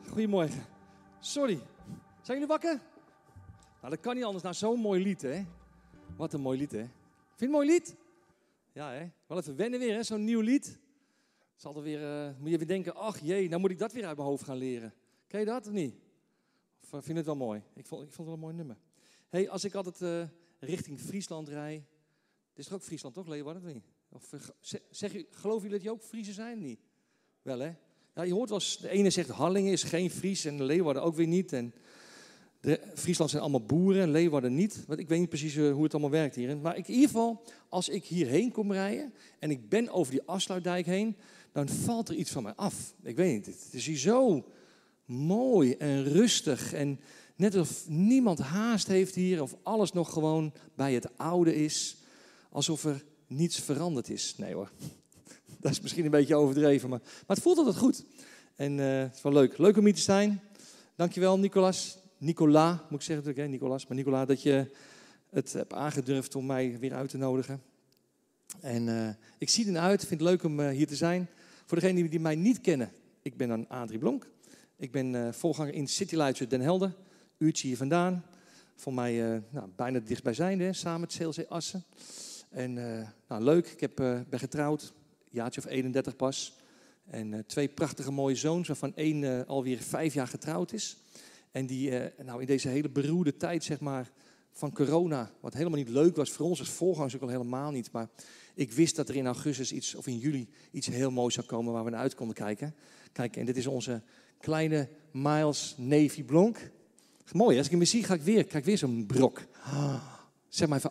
Goedemorgen. Sorry. Zijn jullie wakker? Nou, dat kan niet anders. Nou, zo'n mooi lied, hè? Wat een mooi lied, hè? Vind je het een mooi lied? Ja, hè? Wel even wennen weer, hè? Zo'n nieuw lied. Zal er weer, moet je weer denken, ach jee, nou moet ik dat weer uit mijn hoofd gaan leren. Ken je dat of niet? Of vind je het wel mooi? Ik vond het wel een mooi nummer. Hey, als ik altijd richting Friesland rijd. Dit is toch ook Friesland, toch? Leeuwarden, of niet? Of, geloven jullie dat je ook Friesen zijn? Niet? Wel, hè? Ja, je hoort wel eens, de ene zegt Harlingen is geen Fries en Leeuwarden ook weer niet. En Friesland zijn allemaal boeren en Leeuwarden niet. Want ik weet niet precies hoe het allemaal werkt hier. Maar in ieder geval, als ik hierheen kom rijden en ik ben over die afsluitdijk heen, dan valt er iets van mij af. Ik weet niet, het is hier zo mooi en rustig. En net alsof niemand haast heeft hier, of alles nog gewoon bij het oude is. Alsof er niets veranderd is. Nee hoor, dat is misschien een beetje overdreven, maar het voelt altijd goed. En het is wel leuk. Leuk om hier te zijn. Dankjewel, Nicola, moet ik zeggen natuurlijk, hè, Nicolas. Maar Nicola, dat je het hebt aangedurfd om mij weer uit te nodigen. En ik zie er uit, vind het leuk om hier te zijn. Voor degenen die mij niet kennen, ik ben dan Adrie Blonk. Ik ben voorganger in City Lights Den Helder. Uurtje hier vandaan. Voor mij bijna dichtstbijzijnde, samen met CLC Assen. En leuk, ik ben getrouwd, een jaartje of 31 pas. En 2 prachtige mooie zoons, waarvan 1 alweer 5 jaar getrouwd is. En die in deze hele beroerde tijd, zeg maar, van corona, wat helemaal niet leuk was voor ons als voorgangers ook al helemaal niet. Maar ik wist dat er in augustus of in juli iets heel moois zou komen waar we naar uit konden kijken. Kijk, en dit is onze kleine Miles Navy Blonk. Mooi, hè? Als ik hem weer zie, krijg ik weer zo'n brok. Zeg maar even,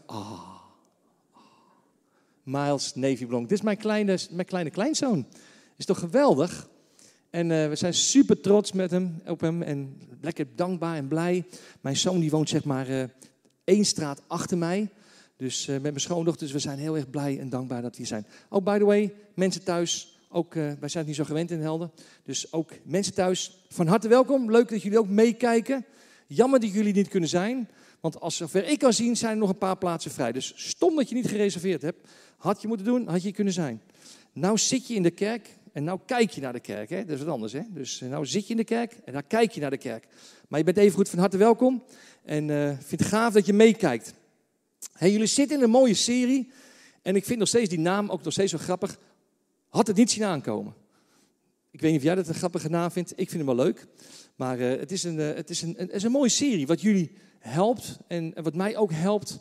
Miles Navy Blonk. Dit is mijn kleine kleinzoon. Is toch geweldig? En we zijn super trots op hem en lekker dankbaar en blij. Mijn zoon die woont zeg maar 1 straat achter mij. Dus met mijn schoondochter, dus we zijn heel erg blij en dankbaar dat we hier zijn. Oh, by the way, mensen thuis, ook, wij zijn het niet zo gewend in Helden. Dus ook mensen thuis, van harte welkom. Leuk dat jullie ook meekijken. Jammer dat jullie niet kunnen zijn. Want als zover ik kan zien, zijn er nog een paar plaatsen vrij. Dus stom dat je niet gereserveerd hebt. Had je moeten doen, had je kunnen zijn. Nou zit je in de kerk en nou kijk je naar de kerk. Hè? Dat is wat anders. Hè? Dus nou zit je in de kerk en nou kijk je naar de kerk. Maar je bent even goed van harte welkom. En ik vind het gaaf dat je meekijkt. Hey, jullie zitten in een mooie serie. En ik vind nog steeds die naam ook nog steeds zo grappig. Had het niet zien aankomen. Ik weet niet of jij dat een grappige naam vindt. Ik vind hem wel leuk. Maar het is een mooie serie wat jullie helpt. En wat mij ook helpt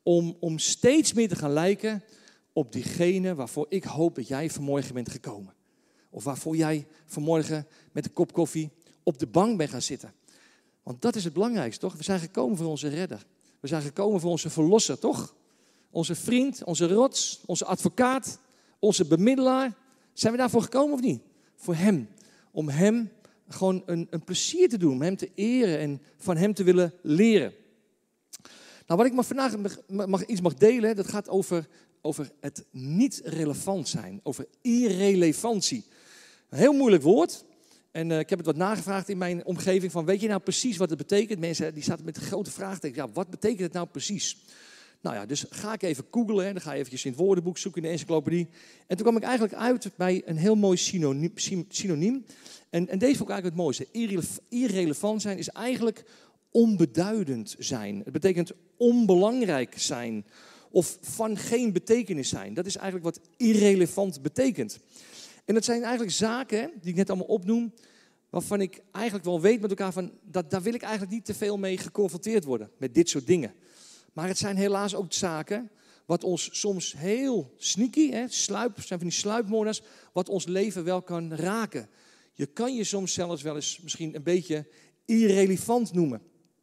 om steeds meer te gaan lijken op diegene waarvoor ik hoop dat jij vanmorgen bent gekomen. Of waarvoor jij vanmorgen met een kop koffie op de bank bent gaan zitten. Want dat is het belangrijkste, toch? We zijn gekomen voor onze redder. We zijn gekomen voor onze verlosser, toch? Onze vriend, onze rots, onze advocaat, onze bemiddelaar. Zijn we daarvoor gekomen of niet? Voor hem. Om hem gewoon een plezier te doen. Om hem te eren en van hem te willen leren. Nou, wat ik vandaag iets mag delen, dat gaat over het niet relevant zijn. Over irrelevantie. Een heel moeilijk woord. En ik heb het wat nagevraagd in mijn omgeving van, weet je nou precies wat het betekent? Mensen die zaten met een grote vraagteken. Ja, wat betekent het nou precies? Nou ja, dus ga ik even googlen. Hè. Dan ga je eventjes in het woordenboek zoeken in de encyclopedie. En toen kwam ik eigenlijk uit bij een heel mooi synoniem. En deze vond ik eigenlijk het mooiste. Irrelevant zijn is eigenlijk onbeduidend zijn. Het betekent onbelangrijk zijn. Of van geen betekenis zijn. Dat is eigenlijk wat irrelevant betekent. En dat zijn eigenlijk zaken die ik net allemaal opnoem, waarvan ik eigenlijk wel weet met elkaar van, daar wil ik eigenlijk niet te veel mee geconfronteerd worden, met dit soort dingen. Maar het zijn helaas ook zaken wat ons soms heel sneaky, zijn van die sluipmoorders, wat ons leven wel kan raken. Je kan je soms zelfs wel eens misschien een beetje irrelevant noemen.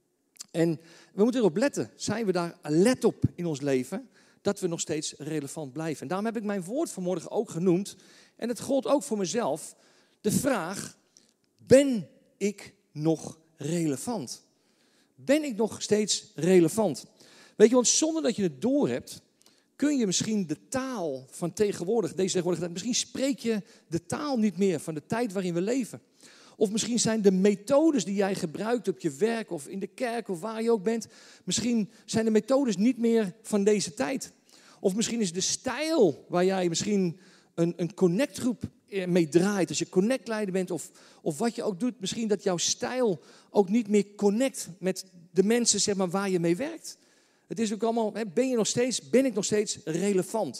En we moeten erop letten, zijn we daar let op in ons leven, dat we nog steeds relevant blijven. En daarom heb ik mijn woord vanmorgen ook genoemd. En het gold ook voor mezelf. De vraag, ben ik nog relevant? Ben ik nog steeds relevant? Weet je, want zonder dat je het doorhebt, kun je misschien de taal van deze tegenwoordige, misschien spreek je de taal niet meer van de tijd waarin we leven. Of misschien zijn de methodes die jij gebruikt op je werk of in de kerk of waar je ook bent, misschien zijn de methodes niet meer van deze tijd. Of misschien is de stijl waar jij misschien een connectgroep mee draait. Als je connectleider bent of wat je ook doet. Misschien dat jouw stijl ook niet meer connect met de mensen zeg maar, waar je mee werkt. Het is ook allemaal, ben ik nog steeds relevant?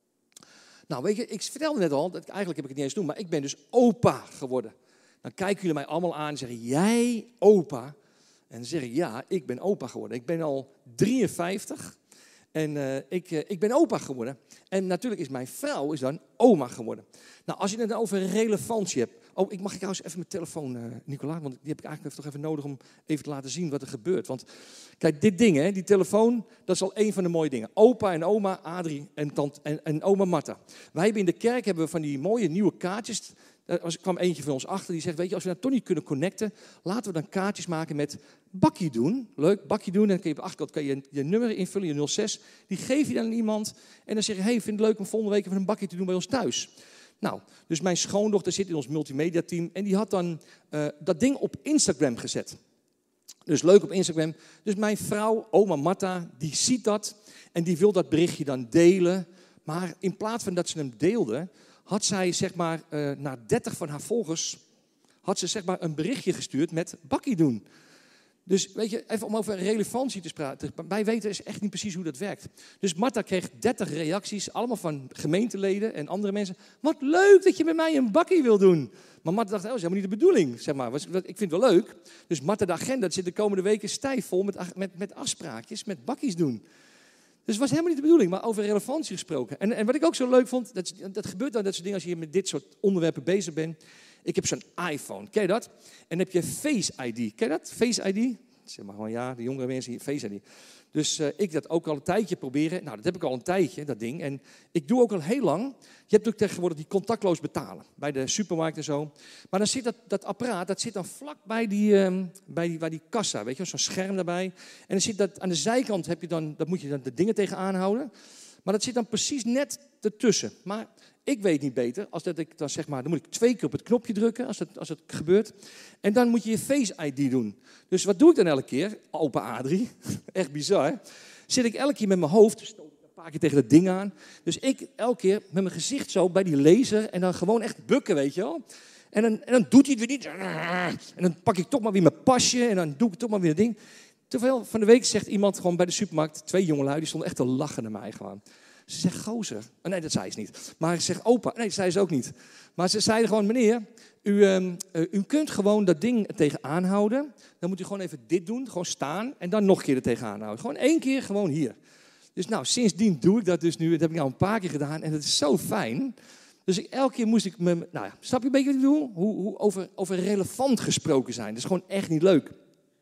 Nou weet je, ik vertelde net al, eigenlijk heb ik het niet eens doen, maar ik ben dus opa geworden. Dan kijken jullie mij allemaal aan en zeggen, jij opa? En dan zeg ik, ja, ik ben opa geworden. Ik ben al 53 en ik ben opa geworden. En natuurlijk is mijn vrouw dan oma geworden. Nou, als je het dan over relevantie hebt. Oh, ik mag trouwens even mijn telefoon, Nicola, want die heb ik eigenlijk toch even nodig om even te laten zien wat er gebeurt. Want kijk, dit ding, hè, die telefoon, dat is al een van de mooie dingen. Opa en oma Adrie en oma Marta. Wij hebben in de kerk van die mooie nieuwe kaartjes. Er kwam eentje van ons achter die zegt, weet je, als we nou toch niet kunnen connecten, laten we dan kaartjes maken met bakkie doen. Leuk, bakkie doen. En dan kun je op de achterkant kan je nummer invullen, je 06. Die geef je dan aan iemand. En dan zeg je, hey, vind het leuk om volgende week even een bakkie te doen bij ons thuis. Nou, dus mijn schoondochter zit in ons multimedia team en die had dan dat ding op Instagram gezet. Dus leuk op Instagram. Dus mijn vrouw, oma Marta, die ziet dat en die wil dat berichtje dan delen. Maar in plaats van dat ze hem deelde, had zij zeg maar naar 30 van haar volgers, had ze zeg maar een berichtje gestuurd met bakkie doen. Dus weet je, even om over relevantie te praten. Wij weten dus echt niet precies hoe dat werkt. Dus Marta kreeg 30 reacties, allemaal van gemeenteleden en andere mensen. Wat leuk dat je met mij een bakkie wil doen. Maar Marta dacht, dat is helemaal niet de bedoeling. Zeg maar. Ik vind het wel leuk. Dus Marta, de agenda zit de komende weken stijf vol met afspraakjes, met bakkies doen. Dus het was helemaal niet de bedoeling, maar over relevantie gesproken. En wat ik ook zo leuk vond, dat gebeurt dan dat soort dingen als je met dit soort onderwerpen bezig bent. Ik heb zo'n iPhone, ken je dat? En dan heb je Face ID, ken je dat? Face ID? Zeg maar gewoon ja, de jongere mensen hier, Face ID. Dus ik dat ook al een tijdje proberen. Nou, dat heb ik al een tijdje, dat ding. En ik doe ook al heel lang. Je hebt ook tegenwoordig die contactloos betalen. Bij de supermarkt en zo. Maar dan zit dat apparaat, dat zit dan vlak bij die kassa, weet je, zo'n scherm daarbij. En dan zit dat aan de zijkant, dat moet je dan de dingen tegenaan houden. Maar dat zit dan precies net ertussen. Maar ik weet niet beter, als dat ik dan zeg maar, dan moet ik 2 keer op het knopje drukken als het gebeurt. En dan moet je je Face ID doen. Dus wat doe ik dan elke keer? Opa Adrie, echt bizar. Zit ik elke keer met mijn hoofd, stoot ik een paar keer tegen dat ding aan. Dus ik elke keer met mijn gezicht zo bij die laser en dan gewoon echt bukken, weet je wel. En dan doet hij het weer niet. En dan pak ik toch maar weer mijn pasje en dan doe ik toch maar weer het ding. Terwijl van de week zegt iemand gewoon bij de supermarkt, 2 jongelui, die stonden echt te lachen naar mij gewoon. Ze zegt, gozer. Oh, nee, dat zei ze niet. Maar ze zegt, opa. Nee, dat zei ze ook niet. Maar ze zeiden gewoon, meneer, u kunt gewoon dat ding tegenaan houden. Dan moet u gewoon even dit doen, gewoon staan. En dan nog een keer er tegenaan houden. Gewoon 1 keer, gewoon hier. Dus nou, sindsdien doe ik dat dus nu. Dat heb ik nou een paar keer gedaan. En dat is zo fijn. Dus elke keer moest ik snap je een beetje wat ik bedoel? Hoe over relevant gesproken zijn. Dat is gewoon echt niet leuk.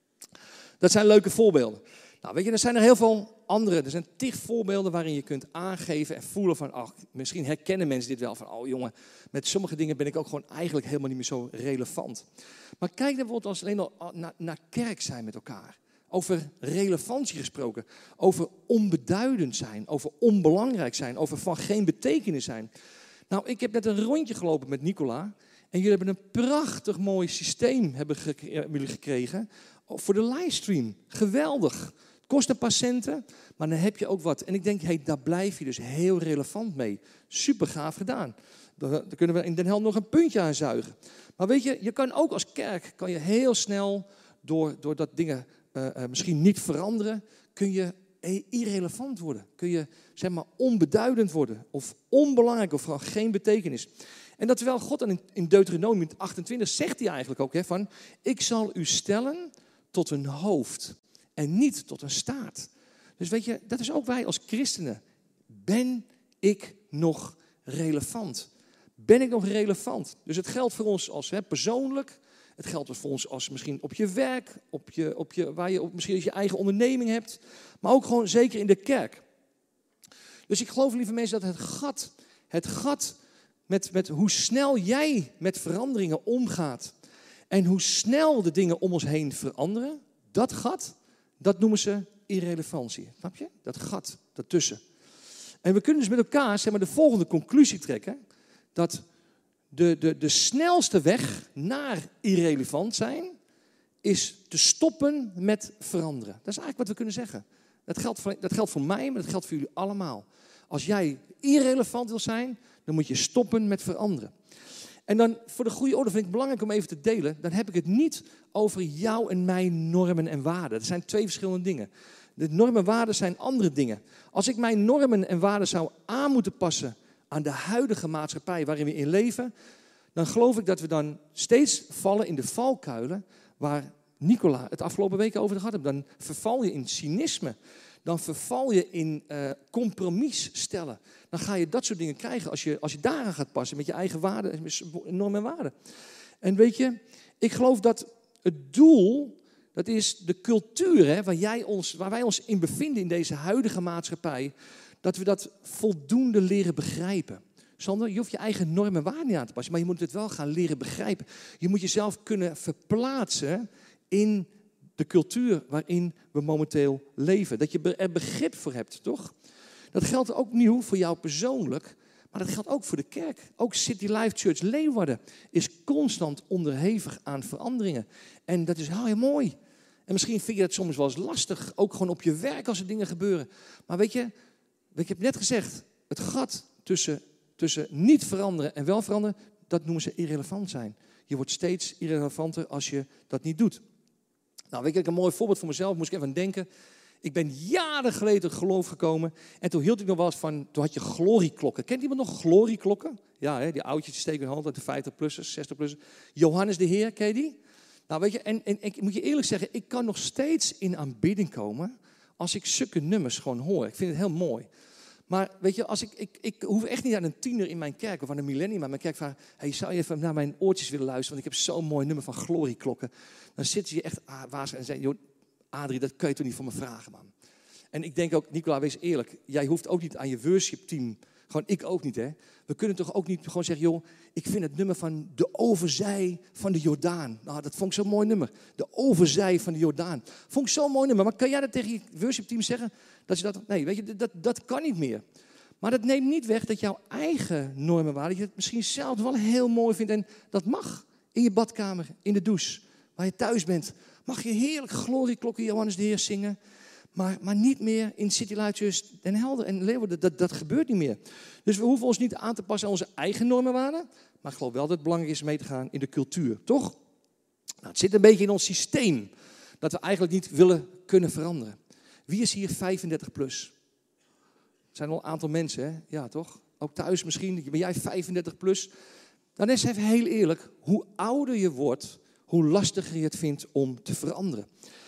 Dat zijn leuke voorbeelden. Nou, weet je, er zijn er heel veel andere. Er zijn 10 voorbeelden waarin je kunt aangeven en voelen van, misschien herkennen mensen dit wel. Van, oh jongen, met sommige dingen ben ik ook gewoon eigenlijk helemaal niet meer zo relevant. Maar kijk dan bijvoorbeeld als alleen al naar kerk zijn met elkaar. Over relevantie gesproken. Over onbeduidend zijn. Over onbelangrijk zijn. Over van geen betekenis zijn. Nou, ik heb net een rondje gelopen met Nicola. En jullie hebben een prachtig mooi systeem hebben jullie gekregen voor de livestream. Geweldig. Kost een paar centen, maar dan heb je ook wat. En ik denk, hey, daar blijf je dus heel relevant mee. Super gaaf gedaan. Daar kunnen we in Den Helder nog een puntje aan zuigen. Maar weet je, je kan ook als kerk, kan je heel snel, doordat dingen misschien niet veranderen, kun je irrelevant worden. Kun je, zeg maar, onbeduidend worden. Of onbelangrijk, of gewoon geen betekenis. En dat terwijl God dan in Deuteronomium 28 zegt hij eigenlijk ook, van, ik zal u stellen tot een hoofd. En niet tot een staat. Dus weet je, dat is ook wij als christenen. Ben ik nog relevant? Ben ik nog relevant? Dus het geldt voor ons als persoonlijk. Het geldt voor ons als misschien op je werk. Misschien als je eigen onderneming hebt. Maar ook gewoon zeker in de kerk. Dus ik geloof, lieve mensen, dat het gat met hoe snel jij met veranderingen omgaat. En hoe snel de dingen om ons heen veranderen. Dat gat. Dat noemen ze irrelevantie. Snap je? Dat gat daartussen. En we kunnen dus met elkaar, zeg maar, de volgende conclusie trekken. Dat de snelste weg naar irrelevant zijn is te stoppen met veranderen. Dat is eigenlijk wat we kunnen zeggen. Dat geldt voor mij, maar dat geldt voor jullie allemaal. Als jij irrelevant wil zijn, dan moet je stoppen met veranderen. En dan voor de goede orde vind ik het belangrijk om even te delen. Dan heb ik het niet over jou en mijn normen en waarden. Dat zijn twee verschillende dingen. De normen en waarden zijn andere dingen. Als ik mijn normen en waarden zou aan moeten passen aan de huidige maatschappij waarin we in leven, dan geloof ik dat we dan steeds vallen in de valkuilen waar Nicola het afgelopen weken over gehad heeft. Dan verval je in cynisme. Dan verval je in compromis stellen. Dan ga je dat soort dingen krijgen als je daaraan gaat passen met je eigen waarden, normen en waarden. En weet je, ik geloof dat het doel, dat is de cultuur hè, waar wij ons in bevinden in deze huidige maatschappij, dat we dat voldoende leren begrijpen. Sander, je hoeft je eigen normen en waarden niet aan te passen, maar je moet het wel gaan leren begrijpen. Je moet jezelf kunnen verplaatsen in de cultuur waarin we momenteel leven. Dat je er begrip voor hebt, toch? Dat geldt ook nieuw voor jou persoonlijk, maar dat geldt ook voor de kerk. Ook City Life Church Leeuwarden is constant onderhevig aan veranderingen. En dat is heel mooi. En misschien vind je dat soms wel eens lastig, ook gewoon op je werk als er dingen gebeuren. Maar weet je, ik heb net gezegd, het gat tussen niet veranderen en wel veranderen, dat noemen ze irrelevant zijn. Je wordt steeds irrelevanter als je dat niet doet. Nou, weet je, een mooi voorbeeld voor mezelf, moest ik even aan denken. Ik ben jaren geleden tot geloof gekomen en toen hield ik nog wel eens van, toen had je glorieklokken. Kent iemand nog glorieklokken? Ja, hè, die oudjes die steken hun hand uit de 50-plussers, 60-plussers. Johannes de Heer, ken je die? Nou, weet je, en ik moet je eerlijk zeggen, ik kan nog steeds in aanbidding komen als ik zulke nummers gewoon hoor. Ik vind het heel mooi. Maar weet je, als ik hoef echt niet aan een tiener in mijn kerk of aan een millennium aan mijn kerk vragen, hey, zou je even naar mijn oortjes willen luisteren, want ik heb zo'n mooi nummer van glorieklokken. Dan zitten ze echt waars en zeggen, joh, Adrie, dat kun je toch niet van me vragen, man. En ik denk ook, Nicola, wees eerlijk, jij hoeft ook niet aan je worship team, gewoon ik ook niet, hè. We kunnen toch ook niet gewoon zeggen, joh, ik vind het nummer van de overzij van de Jordaan. Nou, dat vond ik zo'n mooi nummer. De overzij van de Jordaan. Vond ik zo'n mooi nummer. Maar kan jij dat tegen je worship team zeggen? Nee, weet je, dat kan niet meer. Maar dat neemt niet weg dat jouw eigen normen waren, dat je het misschien zelf wel heel mooi vindt. En dat mag in je badkamer, in de douche, waar je thuis bent. Mag je heerlijk glorieklokken Johannes de Heer zingen. Maar niet meer in City Life Church Den Helder en Leeuwarden. Dat gebeurt niet meer. Dus we hoeven ons niet aan te passen aan onze eigen normen en waarden. Maar ik geloof wel dat het belangrijk is mee te gaan in de cultuur. Toch? Nou, het zit een beetje in ons systeem. Dat we eigenlijk niet willen kunnen veranderen. Wie is hier 35 plus? Er zijn al een aantal mensen, hè? Ja, toch? Ook thuis misschien. Ben jij 35 plus? Dan is even heel eerlijk. Hoe ouder je wordt, hoe lastiger je het vindt om te veranderen.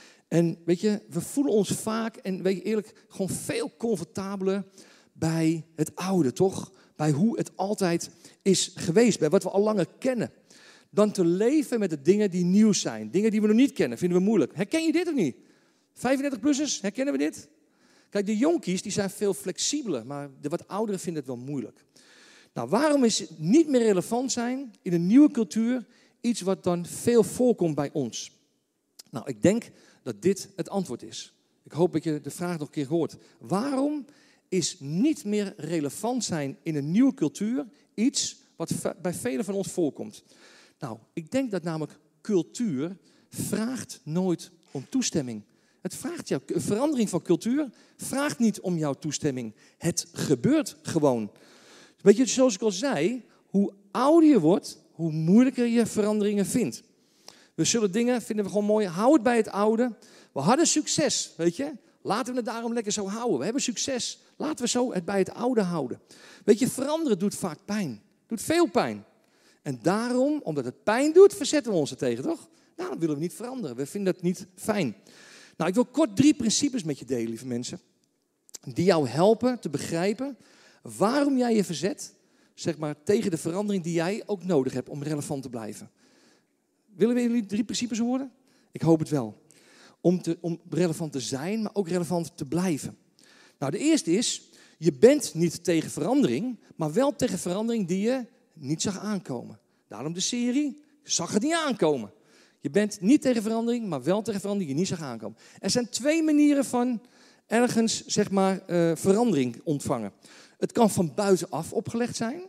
En weet je, we voelen ons vaak, en weet je eerlijk, gewoon veel comfortabeler bij het oude, toch? Bij hoe het altijd is geweest, bij wat we al langer kennen. Dan te leven met de dingen die nieuw zijn. Dingen die we nog niet kennen, vinden we moeilijk. Herken je dit of niet? 35-plussers, herkennen we dit? Kijk, de jonkies die zijn veel flexibeler, maar de wat ouderen vinden het wel moeilijk. Nou, waarom is het niet meer relevant zijn in een nieuwe cultuur iets wat dan veel voorkomt bij ons? Nou, ik denk dat dit het antwoord is. Ik hoop dat je de vraag nog een keer hoort. Waarom is niet meer relevant zijn in een nieuwe cultuur iets wat bij velen van ons voorkomt? Nou, ik denk dat namelijk cultuur vraagt nooit om toestemming. Het vraagt jou, een verandering van cultuur vraagt niet om jouw toestemming. Het gebeurt gewoon. Weet je, zoals ik al zei, hoe ouder je wordt, hoe moeilijker je veranderingen vindt. We zullen dingen, vinden we gewoon mooi, hou het bij het oude. We hadden succes, weet je. Laten we het daarom lekker zo houden. We hebben succes, laten we zo het bij het oude houden. Weet je, veranderen doet vaak pijn. Doet veel pijn. En daarom, omdat het pijn doet, verzetten we ons er tegen, toch? Nou, dan willen we niet veranderen. We vinden het niet fijn. Nou, ik wil kort 3 principes met je delen, lieve mensen. Die jou helpen te begrijpen waarom jij je verzet, zeg maar, tegen de verandering die jij ook nodig hebt om relevant te blijven. Willen we jullie 3 principes horen? Ik hoop het wel. Om relevant te zijn, maar ook relevant te blijven. Nou, de eerste is, je bent niet tegen verandering, maar wel tegen verandering die je niet zag aankomen. Daarom de serie, zag het niet aankomen. Je bent niet tegen verandering, maar wel tegen verandering die je niet zag aankomen. Er zijn 2 manieren van ergens, zeg maar, verandering ontvangen. Het kan van buitenaf opgelegd zijn,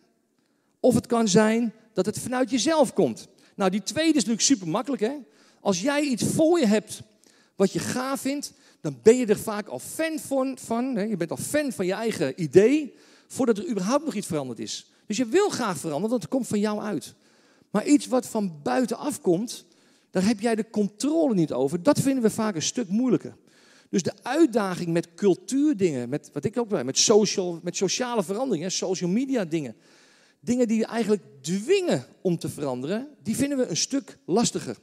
of het kan zijn dat het vanuit jezelf komt. Nou, die tweede is natuurlijk super makkelijk, hè? Als jij iets voor je hebt wat je gaaf vindt, dan ben je er vaak al fan van. Hè? Je bent al fan van je eigen idee, voordat er überhaupt nog iets veranderd is. Dus je wil graag veranderen, want het komt van jou uit. Maar iets wat van buitenaf komt, daar heb jij de controle niet over. Dat vinden we vaak een stuk moeilijker. Dus de uitdaging met cultuurdingen, met wat ik ook bij, met sociale veranderingen, social media dingen. Dingen die je eigenlijk dwingen om te veranderen, die vinden we een stuk lastiger.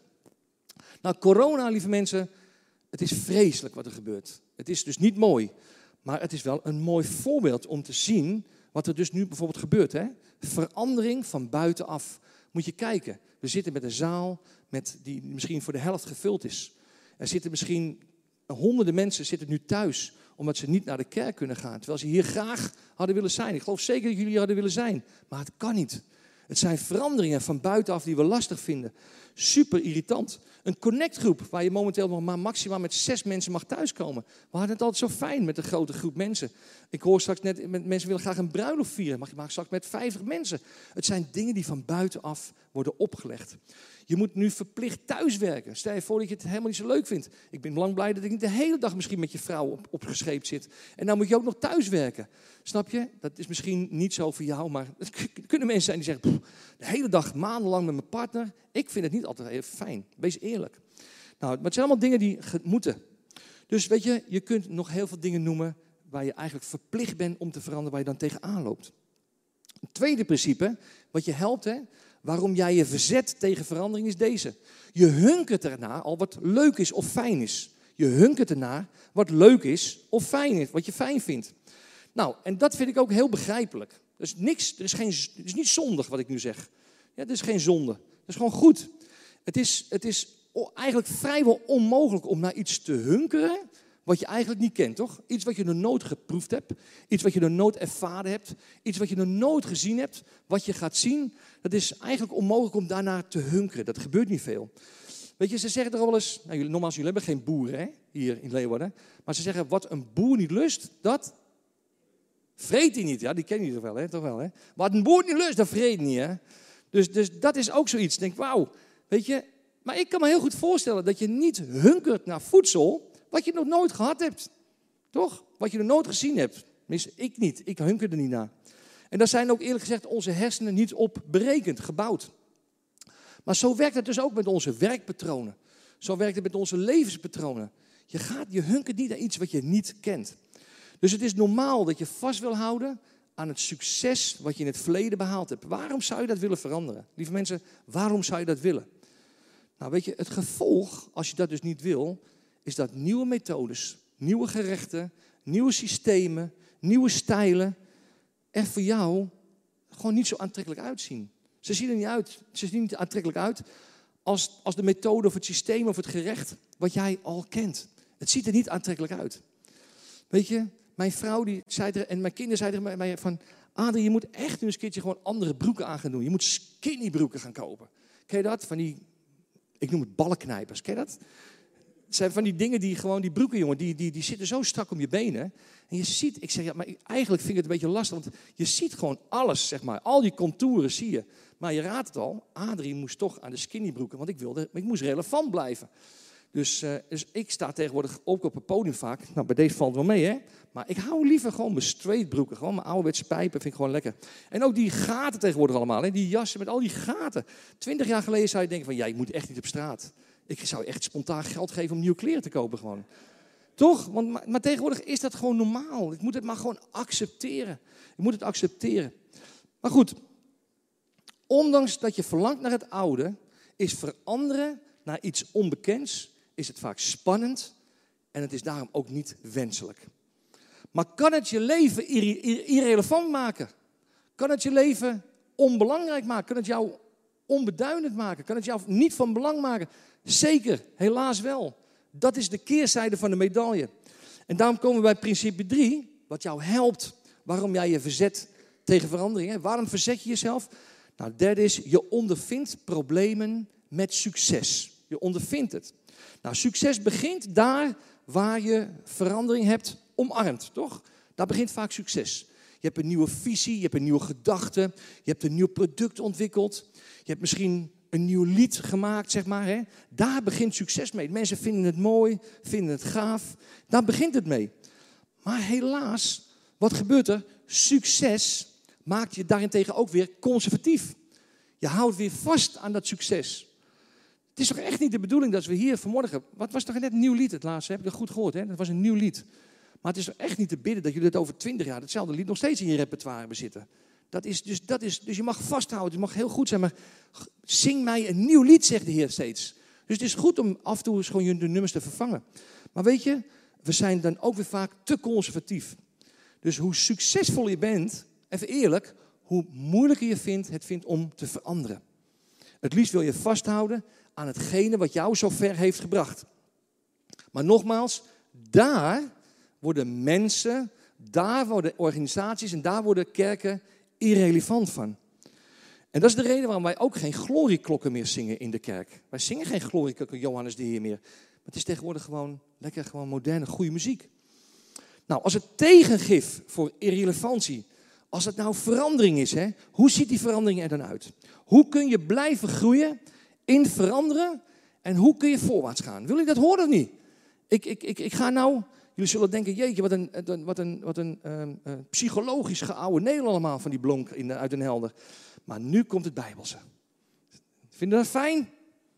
Nou, corona, lieve mensen, het is vreselijk wat er gebeurt. Het is dus niet mooi, maar het is wel een mooi voorbeeld om te zien wat er dus nu bijvoorbeeld gebeurt. Hè? Verandering van buitenaf. Moet je kijken, we zitten met een zaal die misschien voor de helft gevuld is. Er zitten misschien honderden mensen zitten nu thuis, omdat ze niet naar de kerk kunnen gaan. Terwijl ze hier graag hadden willen zijn. Ik geloof zeker dat jullie hier hadden willen zijn. Maar het kan niet. Het zijn veranderingen van buitenaf die we lastig vinden. Super irritant. Een connectgroep waar je momenteel nog maar maximaal met 6 mensen mag thuiskomen. We hadden het altijd zo fijn met een grote groep mensen. Ik hoor straks net, mensen willen graag een bruiloft vieren. Mag je maar straks met 50 mensen. Het zijn dingen die van buitenaf worden opgelegd. Je moet nu verplicht thuiswerken. Stel je voor dat je het helemaal niet zo leuk vindt. Ik ben lang blij dat ik niet de hele dag misschien met je vrouw opgescheept zit. En dan moet je ook nog thuiswerken. Snap je? Dat is misschien niet zo voor jou, maar er kunnen mensen zijn die zeggen, de hele dag maandenlang met mijn partner. Ik vind het niet altijd even fijn. Wees eerlijk. Nou, maar het zijn allemaal dingen die moeten. Dus weet je, je kunt nog heel veel dingen noemen waar je eigenlijk verplicht bent om te veranderen, waar je dan tegenaan loopt. Een tweede principe, wat je helpt, hè, waarom jij je verzet tegen verandering, is deze. Je hunkert ernaar al wat leuk is of fijn is. Je hunkert ernaar wat leuk is of fijn is, wat je fijn vindt. Nou, en dat vind ik ook heel begrijpelijk. Dus niks, het is niet zondig wat ik nu zeg. Ja, het is geen zonde. Het is gewoon goed. Het is eigenlijk vrijwel onmogelijk om naar iets te hunkeren wat je eigenlijk niet kent, toch? Iets wat je nog nooit geproefd hebt. Iets wat je nog nooit ervaren hebt. Iets wat je nog nooit gezien hebt. Wat je gaat zien. Dat is eigenlijk onmogelijk om daarnaar te hunkeren. Dat gebeurt niet veel. Weet je, ze zeggen er al wel eens. Nou, nogmaals, jullie hebben geen boeren, hè, hier in Leeuwarden. Maar ze zeggen, wat een boer niet lust, dat vreet hij niet. Ja, die ken je toch wel, hè? Toch wel, hè? Wat een boer niet lust, dat vreet hij niet, hè? Dus dat is ook zoiets. Denk, wauw, weet je. Maar ik kan me heel goed voorstellen dat je niet hunkert naar voedsel wat je nog nooit gehad hebt. Toch? Wat je nog nooit gezien hebt. Tenminste, ik niet. Ik hunker er niet naar. En daar zijn ook eerlijk gezegd onze hersenen niet op berekend, gebouwd. Maar zo werkt het dus ook met onze werkpatronen. Zo werkt het met onze levenspatronen. Je hunkert niet naar iets wat je niet kent. Dus het is normaal dat je vast wil houden aan het succes wat je in het verleden behaald hebt. Waarom zou je dat willen veranderen? Lieve mensen, waarom zou je dat willen? Nou, weet je, het gevolg, als je dat dus niet wil, is dat nieuwe methodes, nieuwe gerechten, nieuwe systemen, nieuwe stijlen er voor jou gewoon niet zo aantrekkelijk uitzien. Ze zien er niet uit. Ze zien er niet aantrekkelijk uit als de methode of het systeem of het gerecht wat jij al kent. Het ziet er niet aantrekkelijk uit. Weet je, mijn vrouw die zei en mijn kinderen zeiden tegen mij van, Adrie, je moet echt nu eens een keertje gewoon andere broeken aan gaan doen. Je moet skinny broeken gaan kopen. Ken je dat? Van die, ik noem het ballenknijpers. Ken je dat? Het zijn van die dingen die gewoon, die broeken, jongen, die zitten zo strak om je benen. En je ziet, ik zeg, ja, maar eigenlijk vind ik het een beetje lastig, want je ziet gewoon alles, zeg maar. Al die contouren zie je. Maar je raadt het al, Adrie moest toch aan de skinny-broeken, want ik moest relevant blijven. Dus ik sta tegenwoordig ook op het podium vaak. Nou, bij deze valt het wel mee, hè. Maar ik hou liever gewoon mijn straight broeken. Gewoon mijn ouderwetse pijpen vind ik gewoon lekker. En ook die gaten tegenwoordig allemaal, hè. Die jassen met al die gaten. 20 jaar geleden zou je denken van, ja, je moet echt niet op straat. Ik zou echt spontaan geld geven om nieuwe kleren te kopen gewoon. Toch? Maar tegenwoordig is dat gewoon normaal. Ik moet het maar gewoon accepteren. Ik moet het accepteren. Maar goed, ondanks dat je verlangt naar het oude, is veranderen naar iets onbekends, is het vaak spannend en het is daarom ook niet wenselijk. Maar kan het je leven irrelevant maken? Kan het je leven onbelangrijk maken? Kan het jou onbeduidend maken? Kan het jou niet van belang maken? Zeker, helaas wel. Dat is de keerzijde van de medaille. En daarom komen we bij principe 3, wat jou helpt. Waarom jij je verzet tegen verandering. Hè? Waarom verzet je jezelf? Nou, derde is, je ondervindt problemen met succes. Je ondervindt het. Nou, succes begint daar waar je verandering hebt omarmd, toch? Daar begint vaak succes. Je hebt een nieuwe visie, je hebt een nieuwe gedachte, je hebt een nieuw product ontwikkeld. Je hebt misschien een nieuw lied gemaakt, zeg maar. Hè? Daar begint succes mee. Mensen vinden het mooi, vinden het gaaf. Daar begint het mee. Maar helaas, wat gebeurt er? Succes maakt je daarentegen ook weer conservatief. Je houdt weer vast aan dat succes. Het is toch echt niet de bedoeling dat we hier vanmorgen... Wat was toch net een nieuw lied het laatste? Heb ik dat goed gehoord? Hè? Dat was een nieuw lied. Maar het is toch echt niet te bidden dat jullie het over 20 jaar... hetzelfde lied nog steeds in je repertoire bezitten. Dus je mag vasthouden, het mag heel goed zijn. Maar zing mij een nieuw lied, zegt de Heer steeds. Dus het is goed om af en toe eens gewoon de nummers te vervangen. Maar weet je, we zijn dan ook weer vaak te conservatief. Dus hoe succesvol je bent, even eerlijk... hoe moeilijker je het vindt om te veranderen. Het liefst wil je vasthouden aan hetgene wat jou zo ver heeft gebracht. Maar nogmaals, daar worden mensen, daar worden organisaties en daar worden kerken irrelevant van. En dat is de reden waarom wij ook geen glorieklokken meer zingen in de kerk. Wij zingen geen glorieklokken, Johannes de Heer meer. Maar het is tegenwoordig gewoon lekker gewoon moderne, goede muziek. Nou, als het tegengif voor irrelevantie, als het nou verandering is, hè, hoe ziet die verandering er dan uit? Hoe kun je blijven groeien in veranderen en hoe kun je voorwaarts gaan? Wil je dat horen of niet? Ik ga nou, jullie zullen denken, jeetje, wat een psychologisch geoude Nederland allemaal van die Blonk uit Den Helder. Maar nu komt het Bijbelse. Vind je dat fijn?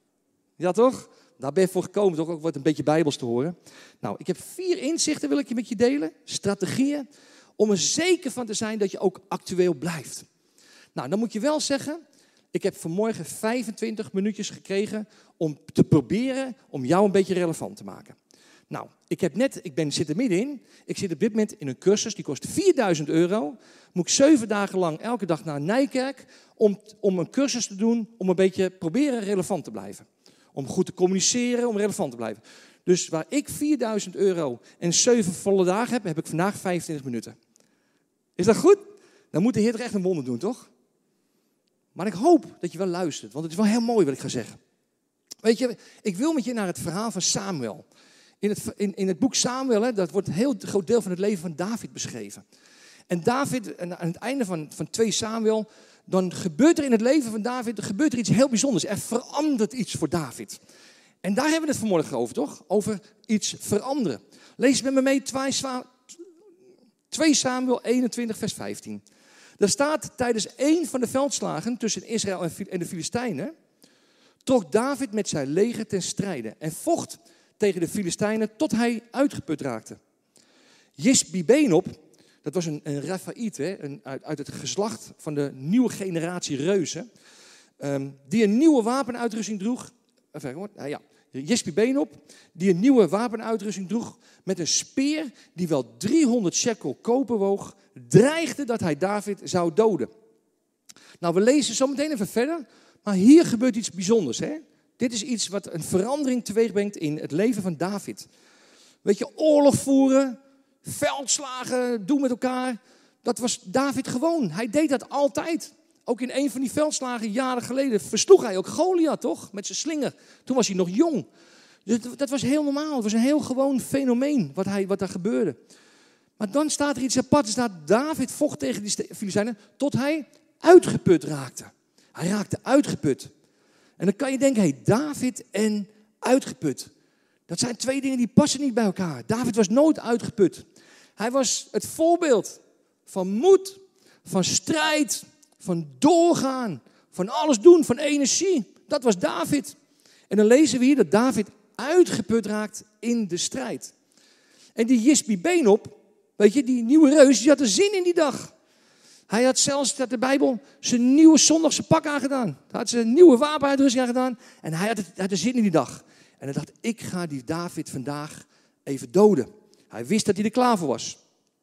Ja toch? Daar ben je voor gekomen toch ook wat een beetje Bijbels te horen. Nou, ik heb 4 inzichten wil ik je met je delen, strategieën, om er zeker van te zijn dat je ook actueel blijft. Nou, dan moet je wel zeggen, ik heb vanmorgen 25 minuutjes gekregen om te proberen om jou een beetje relevant te maken. Nou, zit er middenin. Ik zit op dit moment in een cursus, die kost €4.000. Moet ik 7 dagen lang elke dag naar Nijkerk om een cursus te doen, om een beetje proberen relevant te blijven. Om goed te communiceren, om relevant te blijven. Dus waar ik €4.000 en 7 volle dagen heb ik vandaag 25 minuten. Is dat goed? Dan moet de Heer toch echt een wonder doen, toch? Maar ik hoop dat je wel luistert, want het is wel heel mooi wat ik ga zeggen. Weet je, ik wil met je naar het verhaal van Samuel. In het boek Samuel, hè, dat wordt een heel groot deel van het leven van David beschreven. En David, aan het einde van 2 Samuel, dan gebeurt er in het leven van David iets heel bijzonders. Er verandert iets voor David. En daar hebben we het vanmorgen over, toch? Over iets veranderen. Lees met me mee 2 Samuel 21, vers 15. Daar staat, tijdens 1 van de veldslagen tussen Israël en de Filistijnen, trok David met zijn leger ten strijde en vocht tegen de Filistijnen tot hij uitgeput raakte. Jisbi-Benob, dat was een Rafaïte, uit het geslacht van de nieuwe generatie reuzen, die een nieuwe wapenuitrusting droeg. Jisbi-Benob, die een nieuwe wapenuitrusting droeg met een speer die wel 300 shekel koper woog, dreigde dat hij David zou doden. Nou, we lezen zo meteen even verder, maar hier gebeurt iets bijzonders, hè? Dit is iets wat een verandering teweeg brengt in het leven van David. Weet je, oorlog voeren, veldslagen doen met elkaar. Dat was David gewoon. Hij deed dat altijd. Ook in een van die veldslagen jaren geleden versloeg hij ook Goliath, toch? Met zijn slinger. Toen was hij nog jong. Dus dat was heel normaal. Het was een heel gewoon fenomeen wat daar gebeurde. Maar dan staat er iets apart. Er staat, David vocht tegen die Filistijnen tot hij uitgeput raakte. Hij raakte uitgeput. En dan kan je denken, David en uitgeput. Dat zijn 2 dingen die passen niet bij elkaar. David was nooit uitgeput. Hij was het voorbeeld van moed, van strijd, van doorgaan, van alles doen, van energie. Dat was David. En dan lezen we hier dat David uitgeput raakt in de strijd. En die Jisbi-Benob, weet je, die nieuwe reus, die had er zin in die dag. Hij had zelfs, staat de Bijbel, zijn nieuwe zondagse pak aangedaan. Hij had zijn nieuwe wapenuitrusting aangedaan. En hij had er zin in die dag. En hij dacht, ik ga die David vandaag even doden. Hij wist dat hij er klaar voor was.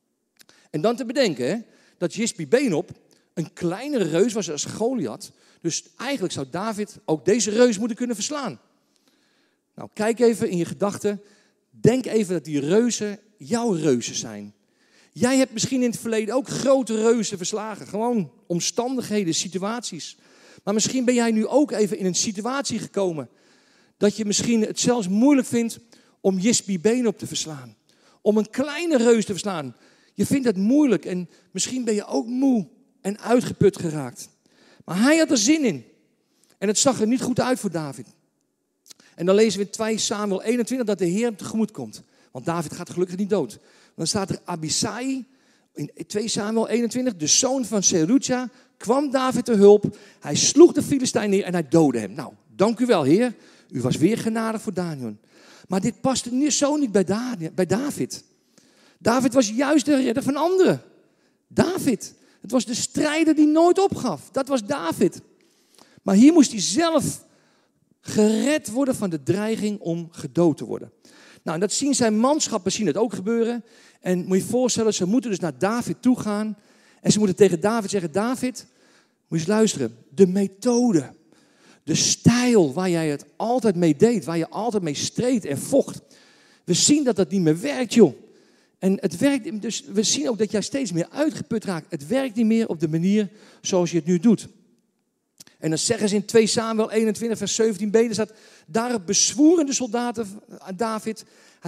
En dan te bedenken, hè, dat Jisbi-Benob een kleinere reus was als Goliath. Dus eigenlijk zou David ook deze reus moeten kunnen verslaan. Nou, kijk even in je gedachten. Denk even dat die reuzen jouw reuzen zijn. Jij hebt misschien in het verleden ook grote reuzen verslagen. Gewoon omstandigheden, situaties. Maar misschien ben jij nu ook even in een situatie gekomen. Dat je misschien het zelfs moeilijk vindt om Jisbi-Benob te verslaan. Om een kleine reus te verslaan. Je vindt het moeilijk en misschien ben je ook moe en uitgeput geraakt. Maar hij had er zin in. En het zag er niet goed uit voor David. En dan lezen we in 2 Samuel 21 dat de Heer hem tegemoet komt. Want David gaat gelukkig niet dood. Dan staat er Abisai, In 2 Samuel 21, de zoon van Seruja, kwam David te hulp. Hij sloeg de Filistijn neer en hij doodde hem. Nou, dank u wel, Heer. U was weer genadig voor Daniel. Maar dit paste zo niet bij David. David was juist de redder van anderen. David. Het was de strijder die nooit opgaf. Dat was David. Maar hier moest hij zelf gered worden van de dreiging om gedood te worden. Nou, en dat zien zijn manschappen, zien het ook gebeuren. En moet je je voorstellen, ze moeten dus naar David toe gaan. En ze moeten tegen David zeggen, David, moet je eens luisteren. De methode, de stijl waar jij het altijd mee deed, waar je altijd mee streed en vocht. We zien dat dat niet meer werkt, joh. En het werkt, dus we zien ook dat jij steeds meer uitgeput raakt. Het werkt niet meer op de manier zoals je het nu doet. En dan zeggen ze in 2 Samuel 21 vers 17b, er staat, daarop bezwoeren de soldaten aan David.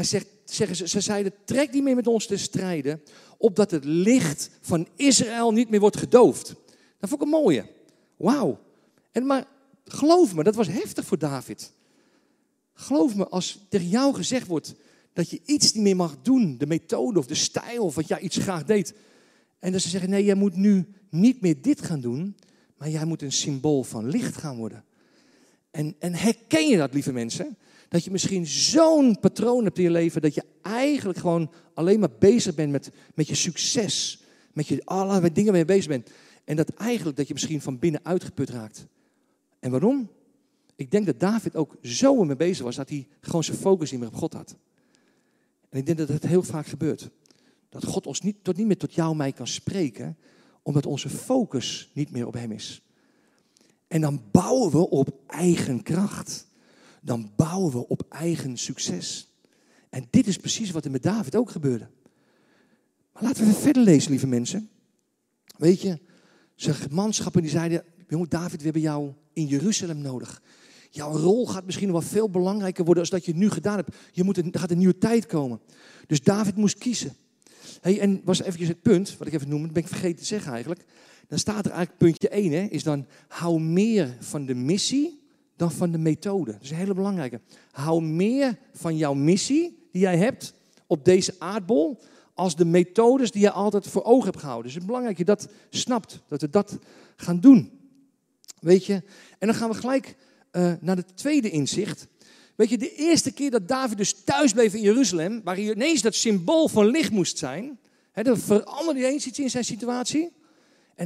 Ze zeiden, trek niet meer met ons te strijden, opdat het licht van Israël niet meer wordt gedoofd. Dat vond ik een mooie. Wauw. Maar geloof me, dat was heftig voor David. Geloof me, als tegen jou gezegd wordt dat je iets niet meer mag doen, de methode of de stijl of wat jij iets graag deed. En dat ze zeggen, nee, jij moet nu niet meer dit gaan doen, maar jij moet een symbool van licht gaan worden. En herken je dat, lieve mensen? Dat je misschien zo'n patroon hebt in je leven, dat je eigenlijk gewoon alleen maar bezig bent met je succes. Met je allerlei dingen waar je bezig bent. En dat eigenlijk dat je misschien van binnen uitgeput raakt. En waarom? Ik denk dat David ook zo ermee bezig was, dat hij gewoon zijn focus niet meer op God had. En ik denk dat het heel vaak gebeurt. Dat God ons niet meer tot jou en mij kan spreken, omdat onze focus niet meer op hem is. En dan bouwen we op eigen kracht. Dan bouwen we op eigen succes. En dit is precies wat er met David ook gebeurde. Maar laten we verder lezen, lieve mensen. Weet je, zijn manschappen die zeiden, jongen David, we hebben jou in Jeruzalem nodig. Jouw rol gaat misschien wel veel belangrijker worden dan dat je het nu gedaan hebt. Er gaat een nieuwe tijd komen. Dus David moest kiezen. Hey, en was eventjes het punt, wat ik even noemde, dat ben ik vergeten te zeggen eigenlijk. Dan staat er eigenlijk puntje 1, hè, is dan hou meer van de missie dan van de methode. Dat is een hele belangrijke. Hou meer van jouw missie die jij hebt op deze aardbol als de methodes die je altijd voor ogen hebt gehouden. Dus het is belangrijk dat je dat snapt, dat we dat gaan doen. Weet je, en dan gaan we gelijk naar het tweede inzicht. Weet je, de eerste keer dat David dus thuis bleef in Jeruzalem, waar hij ineens dat symbool van licht moest zijn, dan veranderde ineens iets in zijn situatie. En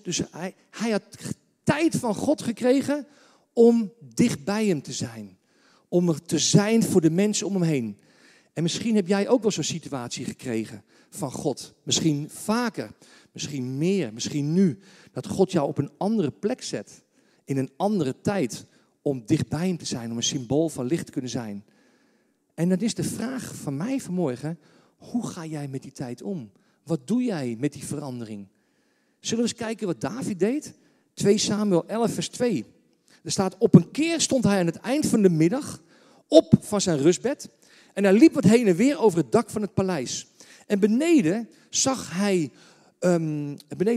hij had tijd van God gekregen om dicht bij hem te zijn. Om er te zijn voor de mensen om hem heen. En misschien heb jij ook wel zo'n situatie gekregen van God. Misschien vaker, misschien meer, misschien nu. Dat God jou op een andere plek zet. In een andere tijd. Om dicht bij hem te zijn. Om een symbool van licht te kunnen zijn. En dan is de vraag van mij vanmorgen. Hoe ga jij met die tijd om? Wat doe jij met die verandering? Zullen we eens kijken wat David deed? 2 Samuel 11 vers 2. Er staat, op een keer stond hij aan het eind van de middag op van zijn rustbed. En hij liep wat heen en weer over het dak van het paleis. En beneden zag hij een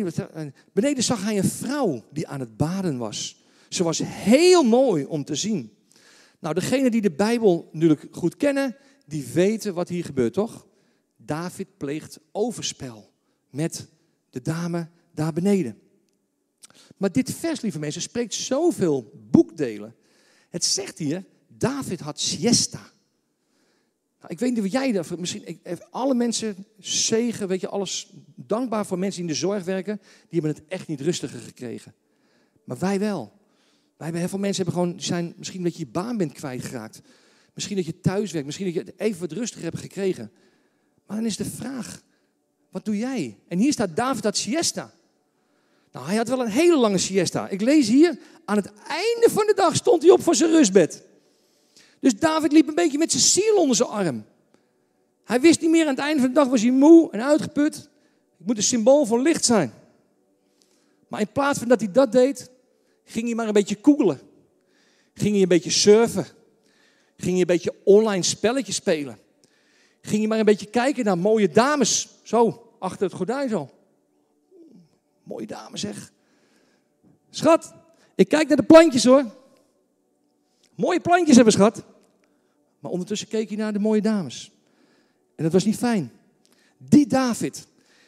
vrouw die aan het baden was. Ze was heel mooi om te zien. Nou, degenen die de Bijbel natuurlijk goed kennen, die weten wat hier gebeurt, toch? David pleegt overspel met de dame daar beneden. Maar dit vers, lieve mensen, spreekt zoveel boekdelen. Het zegt hier, David had siesta. Nou, ik weet niet of jij dat, misschien alle mensen zegen, weet je, alles dankbaar voor mensen die in de zorg werken, die hebben het echt niet rustiger gekregen. Maar wij wel. Heel veel mensen zijn misschien dat je je baan bent kwijtgeraakt. Misschien dat je thuis werkt, misschien dat je het even wat rustiger hebt gekregen. Maar dan is de vraag, wat doe jij? En hier staat David had siesta. Nou, hij had wel een hele lange siesta. Ik lees hier, aan het einde van de dag stond hij op van zijn rustbed. Dus David liep een beetje met zijn ziel onder zijn arm. Hij wist niet meer, aan het einde van de dag was hij moe en uitgeput. Ik moet een symbool van licht zijn. Maar in plaats van dat hij dat deed, ging hij maar een beetje googelen. Ging hij een beetje surfen. Ging hij een beetje online spelletjes spelen. Ging hij maar een beetje kijken naar mooie dames. Zo, achter het gordijn zo. Mooie dame zeg. Schat, ik kijk naar de plantjes hoor. Mooie plantjes hebben schat. Maar ondertussen keek hij naar de mooie dames. En dat was niet fijn. Die David,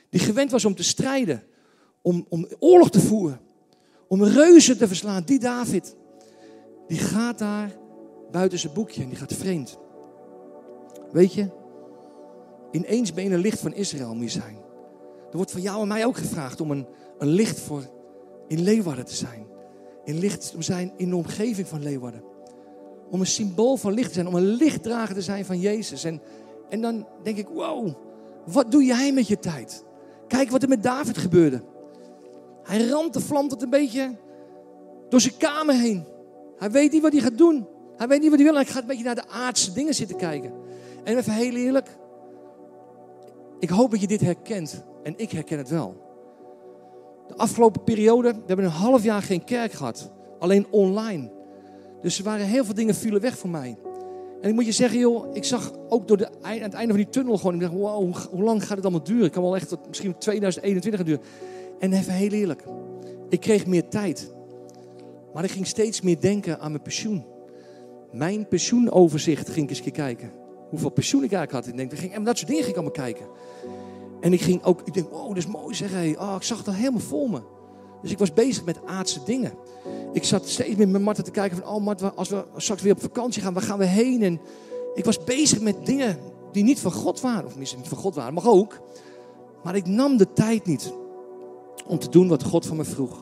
Die gewend was om te strijden. Om oorlog te voeren. Om reuzen te verslaan. Die David. Die gaat daar buiten zijn boekje en die gaat vreemd. Weet je, ineens ben je een licht van Israël moet je zijn. Er wordt van jou en mij ook gevraagd om een licht voor in Leeuwarden te zijn. Een licht te zijn in de omgeving van Leeuwarden. Om een symbool van licht te zijn, om een lichtdrager te zijn van Jezus. En dan denk ik, wow, wat doe jij met je tijd? Kijk wat er met David gebeurde. Hij ramt de vlam tot een beetje door zijn kamer heen. Hij weet niet wat hij gaat doen. Hij weet niet wat hij wil. Hij gaat een beetje naar de aardse dingen zitten kijken. En even heel eerlijk. Ik hoop dat je dit herkent. En ik herken het wel. De afgelopen periode, we hebben een half jaar geen kerk gehad. Alleen online. Dus er waren heel veel dingen vielen weg voor mij. En ik moet je zeggen, joh, ik zag ook aan het einde van die tunnel gewoon. Ik dacht, wow, hoe lang gaat het allemaal duren? Ik kan wel echt tot misschien 2021 gaan duren. En even heel eerlijk. Ik kreeg meer tijd. Maar ik ging steeds meer denken aan mijn pensioen. Mijn pensioenoverzicht ging ik eens kijken. Hoeveel pensioen ik eigenlijk had. En dat soort dingen ging ik allemaal kijken. En ik denk, wow, dat is mooi zeg. Ik zag het al helemaal voor me. Dus ik was bezig met aardse dingen. Ik zat steeds meer met Martha te kijken van, Martha, als we straks weer op vakantie gaan, waar gaan we heen? En ik was bezig met dingen die niet van God waren. Of misschien niet van God waren, mag ook. Maar ik nam de tijd niet om te doen wat God van me vroeg.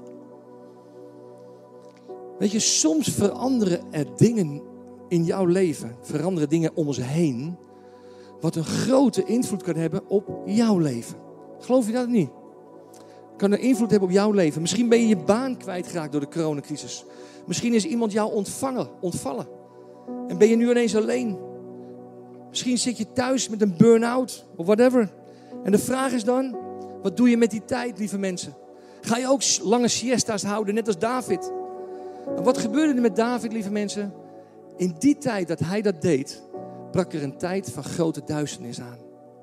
Weet je, soms veranderen er dingen in jouw leven. Veranderen dingen om ons heen. Wat een grote invloed kan hebben op jouw leven. Geloof je dat niet? Kan een invloed hebben op jouw leven. Misschien ben je je baan kwijtgeraakt door de coronacrisis. Misschien is iemand jou ontvallen. En ben je nu ineens alleen. Misschien zit je thuis met een burn-out of whatever. En de vraag is dan, wat doe je met die tijd, lieve mensen? Ga je ook lange siesta's houden, net als David? En wat gebeurde er met David, lieve mensen? In die tijd dat hij dat deed, brak er een tijd van grote duisternis aan.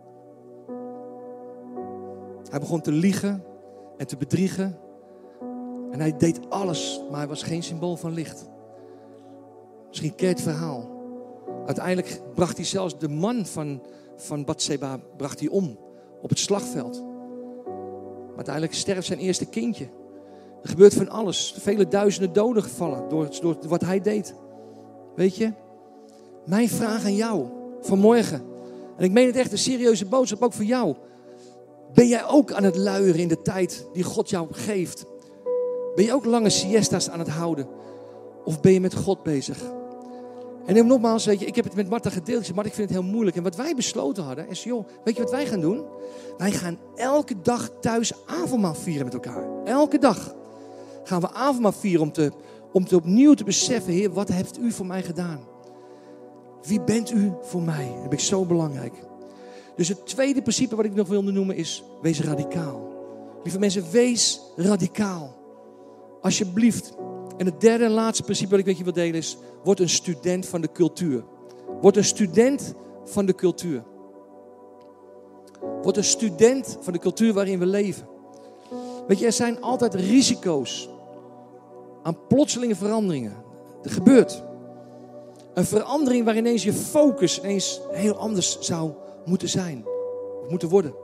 Hij begon te liegen en te bedriegen. En hij deed alles, maar hij was geen symbool van licht. Misschien ken je het verhaal. Uiteindelijk bracht hij zelfs de man van Batseba om op het slagveld. Maar uiteindelijk sterft zijn eerste kindje. Er gebeurt van alles. Vele duizenden doden gevallen door wat hij deed. Weet je? Mijn vraag aan jou vanmorgen. En ik meen het echt een serieuze boodschap ook voor jou. Ben jij ook aan het luieren in de tijd die God jou geeft? Ben je ook lange siesta's aan het houden? Of ben je met God bezig? En nogmaals, weet je, ik heb het met Martha gedeeld. Ik zei, Martha, ik vind het heel moeilijk. En wat wij besloten hadden, is, joh, weet je wat wij gaan doen? Wij gaan elke dag thuis avondmaal vieren met elkaar. Elke dag gaan we avondmaal vieren om opnieuw te beseffen, Heer, wat heeft u voor mij gedaan? Wie bent u voor mij? Dat vind ik zo belangrijk. Dus het tweede principe wat ik nog wilde noemen is, wees radicaal. Lieve mensen, wees radicaal. Alsjeblieft. En het derde en laatste principe wat ik met je wil delen is, word een student van de cultuur. Word een student van de cultuur. Word een student van de cultuur waarin we leven. Weet je, er zijn altijd risico's aan plotselinge veranderingen. Er gebeurt. Een verandering waar ineens je focus ineens heel anders zou moeten zijn. Of moeten worden.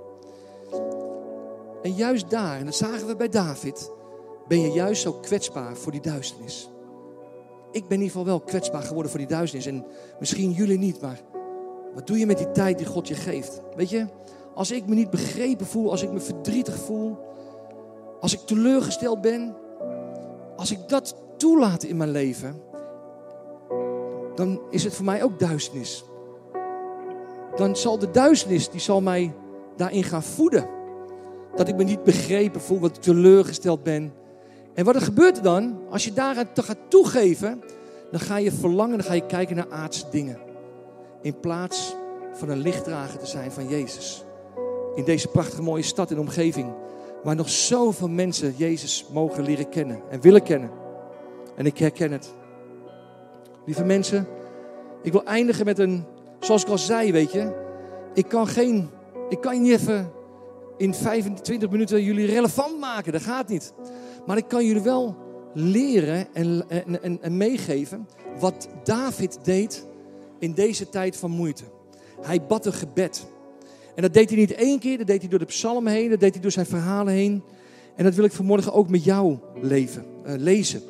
En juist daar, en dat zagen we bij David, ben je juist zo kwetsbaar voor die duisternis. Ik ben in ieder geval wel kwetsbaar geworden voor die duisternis. En misschien jullie niet, maar wat doe je met die tijd die God je geeft? Weet je, als ik me niet begrepen voel, als ik me verdrietig voel, als ik teleurgesteld ben, als ik dat toelaat in mijn leven, dan is het voor mij ook duisternis. Dan zal de duisternis, die zal mij daarin gaan voeden. Dat ik me niet begrepen voel, dat ik teleurgesteld ben. En wat er gebeurt er dan? Als je daaraan gaat toegeven, dan ga je verlangen, dan ga je kijken naar aardse dingen. In plaats van een lichtdrager te zijn van Jezus. In deze prachtige mooie stad en omgeving. Waar nog zoveel mensen Jezus mogen leren kennen en willen kennen. En ik herken het. Lieve mensen, ik wil eindigen met zoals ik al zei, weet je. Ik kan niet even in 25 minuten jullie relevant maken. Dat gaat niet. Maar ik kan jullie wel leren en meegeven wat David deed in deze tijd van moeite. Hij bad een gebed. En dat deed hij niet 1 keer, dat deed hij door de psalmen heen, dat deed hij door zijn verhalen heen. En dat wil ik vanmorgen ook met jou lezen.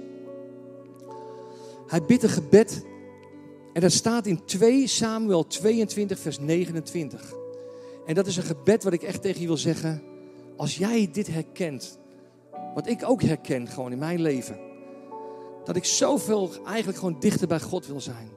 Hij bidt een gebed en dat staat in 2 Samuel 22 vers 29. En dat is een gebed wat ik echt tegen je wil zeggen. Als jij dit herkent, wat ik ook herken gewoon in mijn leven. Dat ik zoveel eigenlijk gewoon dichter bij God wil zijn.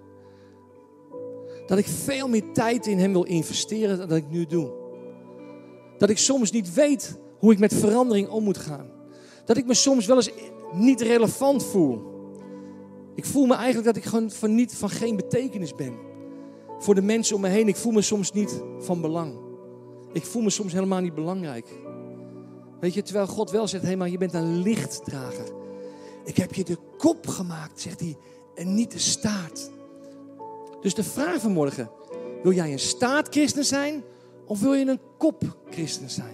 Dat ik veel meer tijd in hem wil investeren dan dat ik nu doe. Dat ik soms niet weet hoe ik met verandering om moet gaan. Dat ik me soms wel eens niet relevant voel. Ik voel me eigenlijk dat ik gewoon van geen betekenis ben. Voor de mensen om me heen. Ik voel me soms niet van belang. Ik voel me soms helemaal niet belangrijk. Weet je, terwijl God wel zegt, hé, maar je bent een lichtdrager. Ik heb je de kop gemaakt, zegt hij, en niet de staart. Dus de vraag vanmorgen, wil jij een staartchristen zijn of wil je een kopchristen zijn?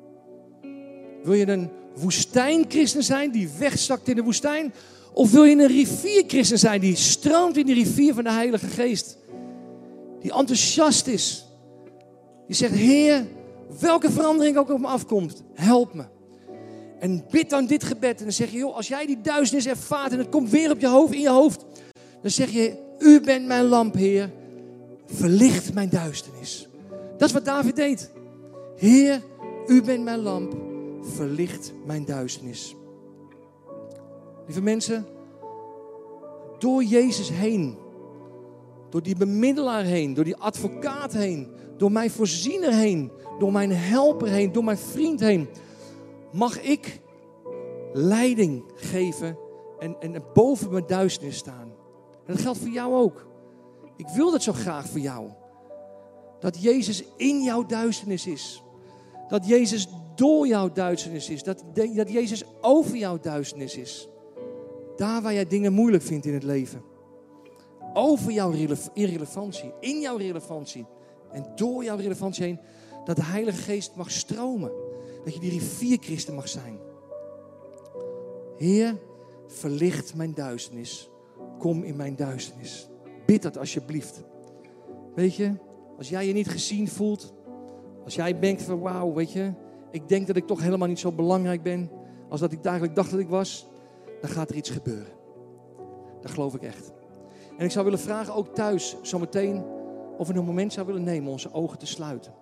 Wil je een woestijnchristen zijn die wegzakt in de woestijn? Of wil je een rivierchristen zijn die stroomt in de rivier van de Heilige Geest? Die enthousiast is. Die zegt, Heer, welke verandering ook op me afkomt, help me. En bid dan dit gebed en dan zeg je, joh, als jij die duisternis ervaart en het komt weer op je hoofd, in je hoofd. Dan zeg je, u bent mijn lamp, Heer, verlicht mijn duisternis. Dat is wat David deed. Heer, u bent mijn lamp, verlicht mijn duisternis. Lieve mensen, door Jezus heen, door die bemiddelaar heen, door die advocaat heen, door mijn voorziener heen, door mijn helper heen, door mijn vriend heen, mag ik leiding geven en boven mijn duisternis staan. En dat geldt voor jou ook. Ik wil dat zo graag voor jou. Dat Jezus in jouw duisternis is. Dat Jezus door jouw duisternis is. Dat Jezus over jouw duisternis is. Daar waar jij dingen moeilijk vindt in het leven. Over jouw irrelevantie. In jouw relevantie. En door jouw relevantie heen. Dat de Heilige Geest mag stromen. Dat je die rivierchristen mag zijn. Heer, verlicht mijn duisternis. Kom in mijn duisternis. Bid dat alsjeblieft. Weet je, als jij je niet gezien voelt. Als jij denkt van wauw, weet je. Ik denk dat ik toch helemaal niet zo belangrijk ben. Als dat ik eigenlijk dacht dat ik was. Dan gaat er iets gebeuren. Dat geloof ik echt. En ik zou willen vragen ook thuis zometeen. Of we een moment zou willen nemen onze ogen te sluiten.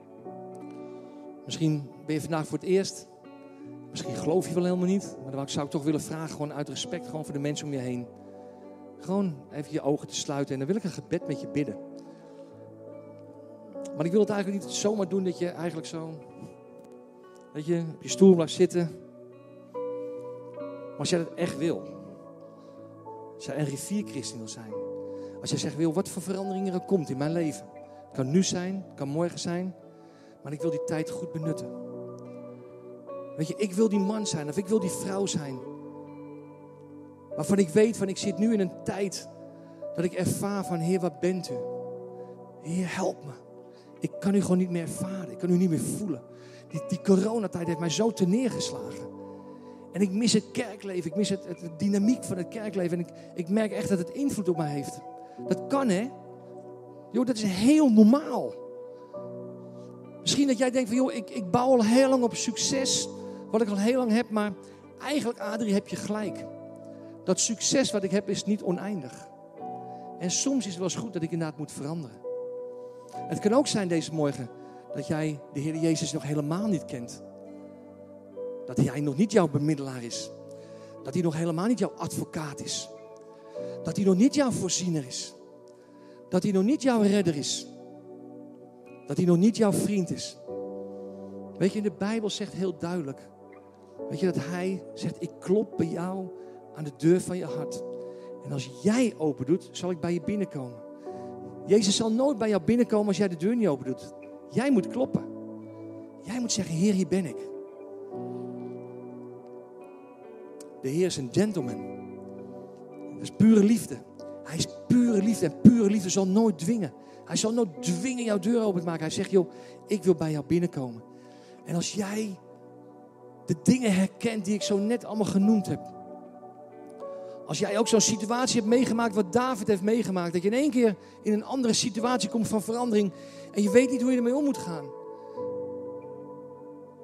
Misschien ben je vandaag voor het eerst. Misschien geloof je wel helemaal niet. Maar dan zou ik toch willen vragen, gewoon uit respect, gewoon voor de mensen om je heen. Gewoon even je ogen te sluiten. En dan wil ik een gebed met je bidden. Maar ik wil het eigenlijk niet zomaar doen dat je eigenlijk zo, weet je, op je stoel blijft zitten. Maar als jij dat echt wil. Als jij een rivierchristen wil zijn. Als jij zegt, wil wat voor veranderingen er komt in mijn leven. Het kan nu zijn, het kan morgen zijn. Maar ik wil die tijd goed benutten. Weet je, ik wil die man zijn of ik wil die vrouw zijn. Waarvan ik weet, van ik zit nu in een tijd dat ik ervaar van, Heer, waar bent u? Heer, help me. Ik kan u gewoon niet meer ervaren. Ik kan u niet meer voelen. Die coronatijd heeft mij zo neergeslagen. En ik mis het kerkleven. Ik mis de dynamiek van het kerkleven. En ik merk echt dat het invloed op mij heeft. Dat kan, hè? Joh, dat is heel normaal. Misschien dat jij denkt van, joh, ik bouw al heel lang op succes. Wat ik al heel lang heb. Maar eigenlijk, Adrie, heb je gelijk. Dat succes wat ik heb is niet oneindig. En soms is het wel eens goed dat ik inderdaad moet veranderen. Het kan ook zijn deze morgen dat jij de Heer Jezus nog helemaal niet kent. Dat hij nog niet jouw bemiddelaar is. Dat hij nog helemaal niet jouw advocaat is. Dat hij nog niet jouw voorziener is. Dat hij nog niet jouw redder is. Dat hij nog niet jouw vriend is. Weet je, de Bijbel zegt heel duidelijk. Weet je, dat hij zegt, ik klop bij jou aan de deur van je hart. En als jij open doet, zal ik bij je binnenkomen. Jezus zal nooit bij jou binnenkomen als jij de deur niet open doet. Jij moet kloppen. Jij moet zeggen, Heer, hier ben ik. De Heer is een gentleman. Dat is pure liefde. Hij is pure liefde. En pure liefde zal nooit dwingen. Hij zal nooit dwingen jouw deur open te maken. Hij zegt, joh, ik wil bij jou binnenkomen. En als jij de dingen herkent die ik zo net allemaal genoemd heb. Als jij ook zo'n situatie hebt meegemaakt wat David heeft meegemaakt. Dat je in één keer in een andere situatie komt van verandering. En je weet niet hoe je ermee om moet gaan.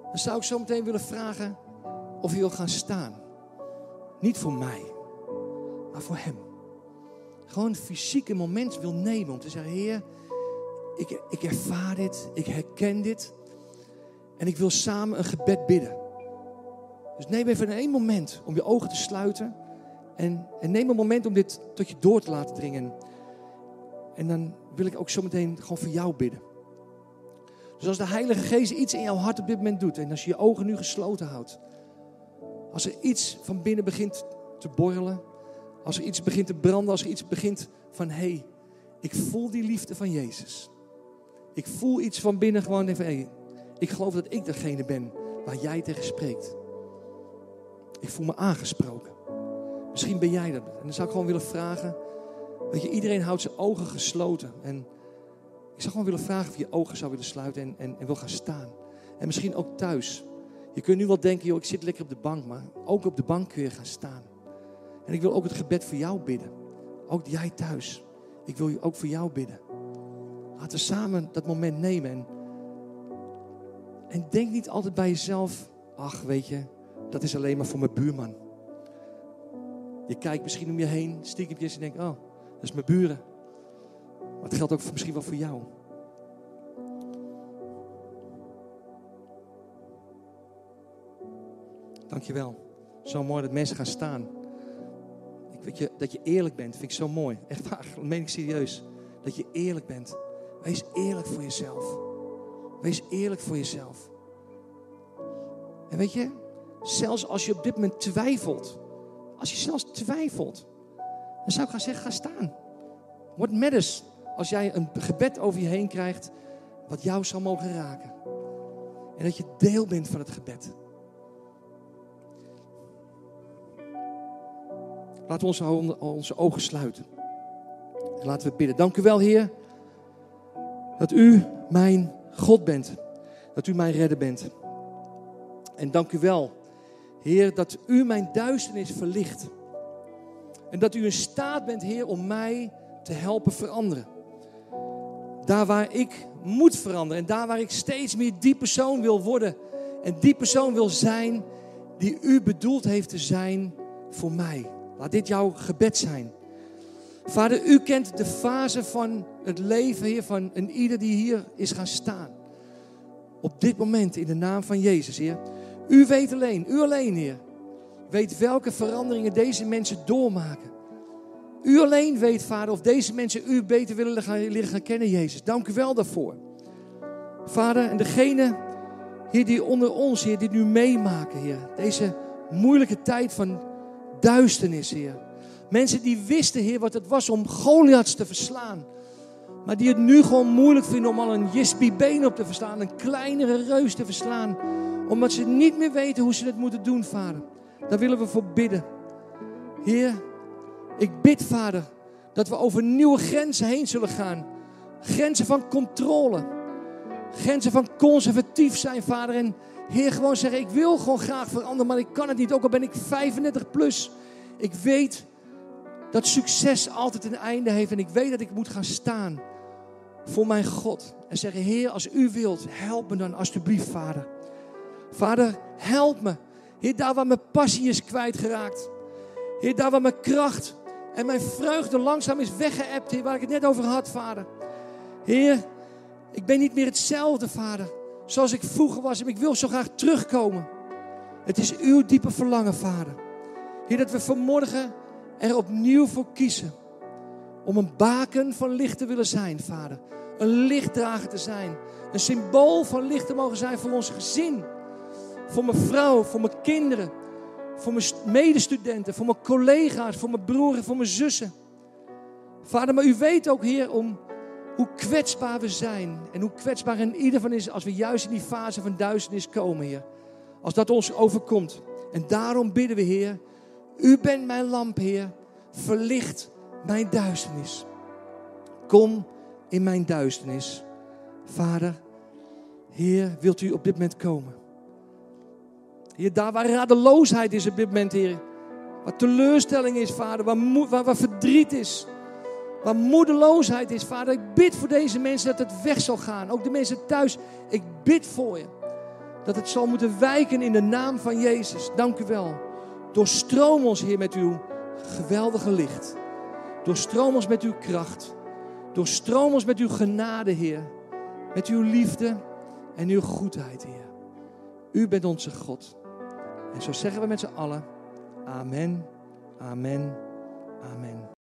dan zou ik zo meteen willen vragen of je wil gaan staan. Niet voor mij, maar voor hem. Gewoon een fysieke moment wil nemen om te zeggen, Heer, ik ervaar dit, ik herken dit. En ik wil samen een gebed bidden. Dus neem even één moment om je ogen te sluiten. En neem een moment om dit tot je door te laten dringen. En dan wil ik ook zo meteen gewoon voor jou bidden. Dus als de Heilige Geest iets in jouw hart op dit moment doet. En als je je ogen nu gesloten houdt. Als er iets van binnen begint te borrelen. Als er iets begint te branden. Als er iets begint van, hé, ik voel die liefde van Jezus. Ik voel iets van binnen gewoon even, hé, ik geloof dat ik degene ben waar jij tegen spreekt. Ik voel me aangesproken. Misschien ben jij dat. En dan zou ik gewoon willen vragen. Weet je, iedereen houdt zijn ogen gesloten. En ik zou gewoon willen vragen of je je ogen zou willen sluiten en wil gaan staan. En misschien ook thuis. Je kunt nu wel denken, joh, ik zit lekker op de bank. Maar ook op de bank kun je gaan staan. En ik wil ook het gebed voor jou bidden. Ook jij thuis. Ik wil je ook voor jou bidden. Laten we samen dat moment nemen. En denk niet altijd bij jezelf, ach weet je, dat is alleen maar voor mijn buurman. Je kijkt misschien om je heen, stiekempjes en denkt, oh, dat is mijn buren. Maar het geldt ook misschien wel voor jou. Dankjewel. Zo mooi dat mensen gaan staan. Dat je eerlijk bent, vind ik zo mooi. Echt waar, dat meen ik serieus. Dat je eerlijk bent. Wees eerlijk voor jezelf. Wees eerlijk voor jezelf. En weet je, zelfs als je op dit moment twijfelt. Als je zelfs twijfelt. Dan zou ik gaan zeggen, ga staan. What matters als jij een gebed over je heen krijgt. Wat jou zou mogen raken. En dat je deel bent van het gebed. Laten we onze ogen sluiten. En laten we bidden. Dank u wel, Heer. Dat u mijn God bent. Dat u mijn redder bent. En dank u wel, Heer, dat u mijn duisternis verlicht. En dat u in staat bent, Heer, om mij te helpen veranderen. Daar waar ik moet veranderen. En daar waar ik steeds meer die persoon wil worden. En die persoon wil zijn die u bedoeld heeft te zijn voor mij. Laat dit jouw gebed zijn. Vader, u kent de fase van het leven, Heer, van een ieder die hier is gaan staan. Op dit moment, in de naam van Jezus, Heer. U weet alleen, u alleen, Heer, weet welke veranderingen deze mensen doormaken. U alleen weet, Vader, of deze mensen u beter willen leren gaan kennen, Jezus. Dank u wel daarvoor. Vader, en degene, Heer, die onder ons, Heer, die nu meemaken, Heer. Deze moeilijke tijd van duisternis, Heer. Mensen die wisten, Heer, wat het was om Goliaths te verslaan. Maar die het nu gewoon moeilijk vinden om al een Jesbibeen op te verslaan. Een kleinere reus te verslaan. Omdat ze niet meer weten hoe ze het moeten doen, Vader. Daar willen we voor bidden. Heer, ik bid, Vader, dat we over nieuwe grenzen heen zullen gaan. Grenzen van controle. Grenzen van conservatief zijn, Vader. En Heer, gewoon zeggen, ik wil gewoon graag veranderen, maar ik kan het niet. Ook al ben ik 35 plus. Ik weet dat succes altijd een einde heeft. En ik weet dat ik moet gaan staan voor mijn God. En zeggen, Heer, als u wilt, help me dan alsjeblieft, Vader. Vader, help me. Heer, daar waar mijn passie is kwijtgeraakt. Heer, daar waar mijn kracht en mijn vreugde langzaam is weggeëpt. Heer, waar ik het net over had, Vader. Heer, ik ben niet meer hetzelfde, Vader. Zoals ik vroeger was. En ik wil zo graag terugkomen. Het is uw diepe verlangen, Vader. Heer, dat we vanmorgen er opnieuw voor kiezen. Om een baken van licht te willen zijn, Vader. Een lichtdrager te zijn. Een symbool van licht te mogen zijn voor ons gezin. Voor mijn vrouw, voor mijn kinderen. Voor mijn medestudenten, voor mijn collega's, voor mijn broer en voor mijn zussen. Vader, maar u weet ook, Heer, om hoe kwetsbaar we zijn. En hoe kwetsbaar in ieder van is als we juist in die fase van duisternis komen, Heer. Als dat ons overkomt. En daarom bidden we, Heer. U bent mijn lamp, Heer. Verlicht mijn duisternis. Kom in mijn duisternis. Vader, Heer, wilt u op dit moment komen? Heer, daar waar radeloosheid is op dit moment, Heer. Waar teleurstelling is, Vader. Waar verdriet is. Waar moedeloosheid is, Vader. Ik bid voor deze mensen dat het weg zal gaan. Ook de mensen thuis. Ik bid voor je. dat het zal moeten wijken in de naam van Jezus. Dank u wel. Doorstroom ons, Heer, met uw geweldige licht. Doorstroom ons met uw kracht. Doorstroom ons met uw genade, Heer. Met uw liefde en uw goedheid, Heer. U bent onze God. En zo zeggen we met z'n allen. Amen, amen, amen.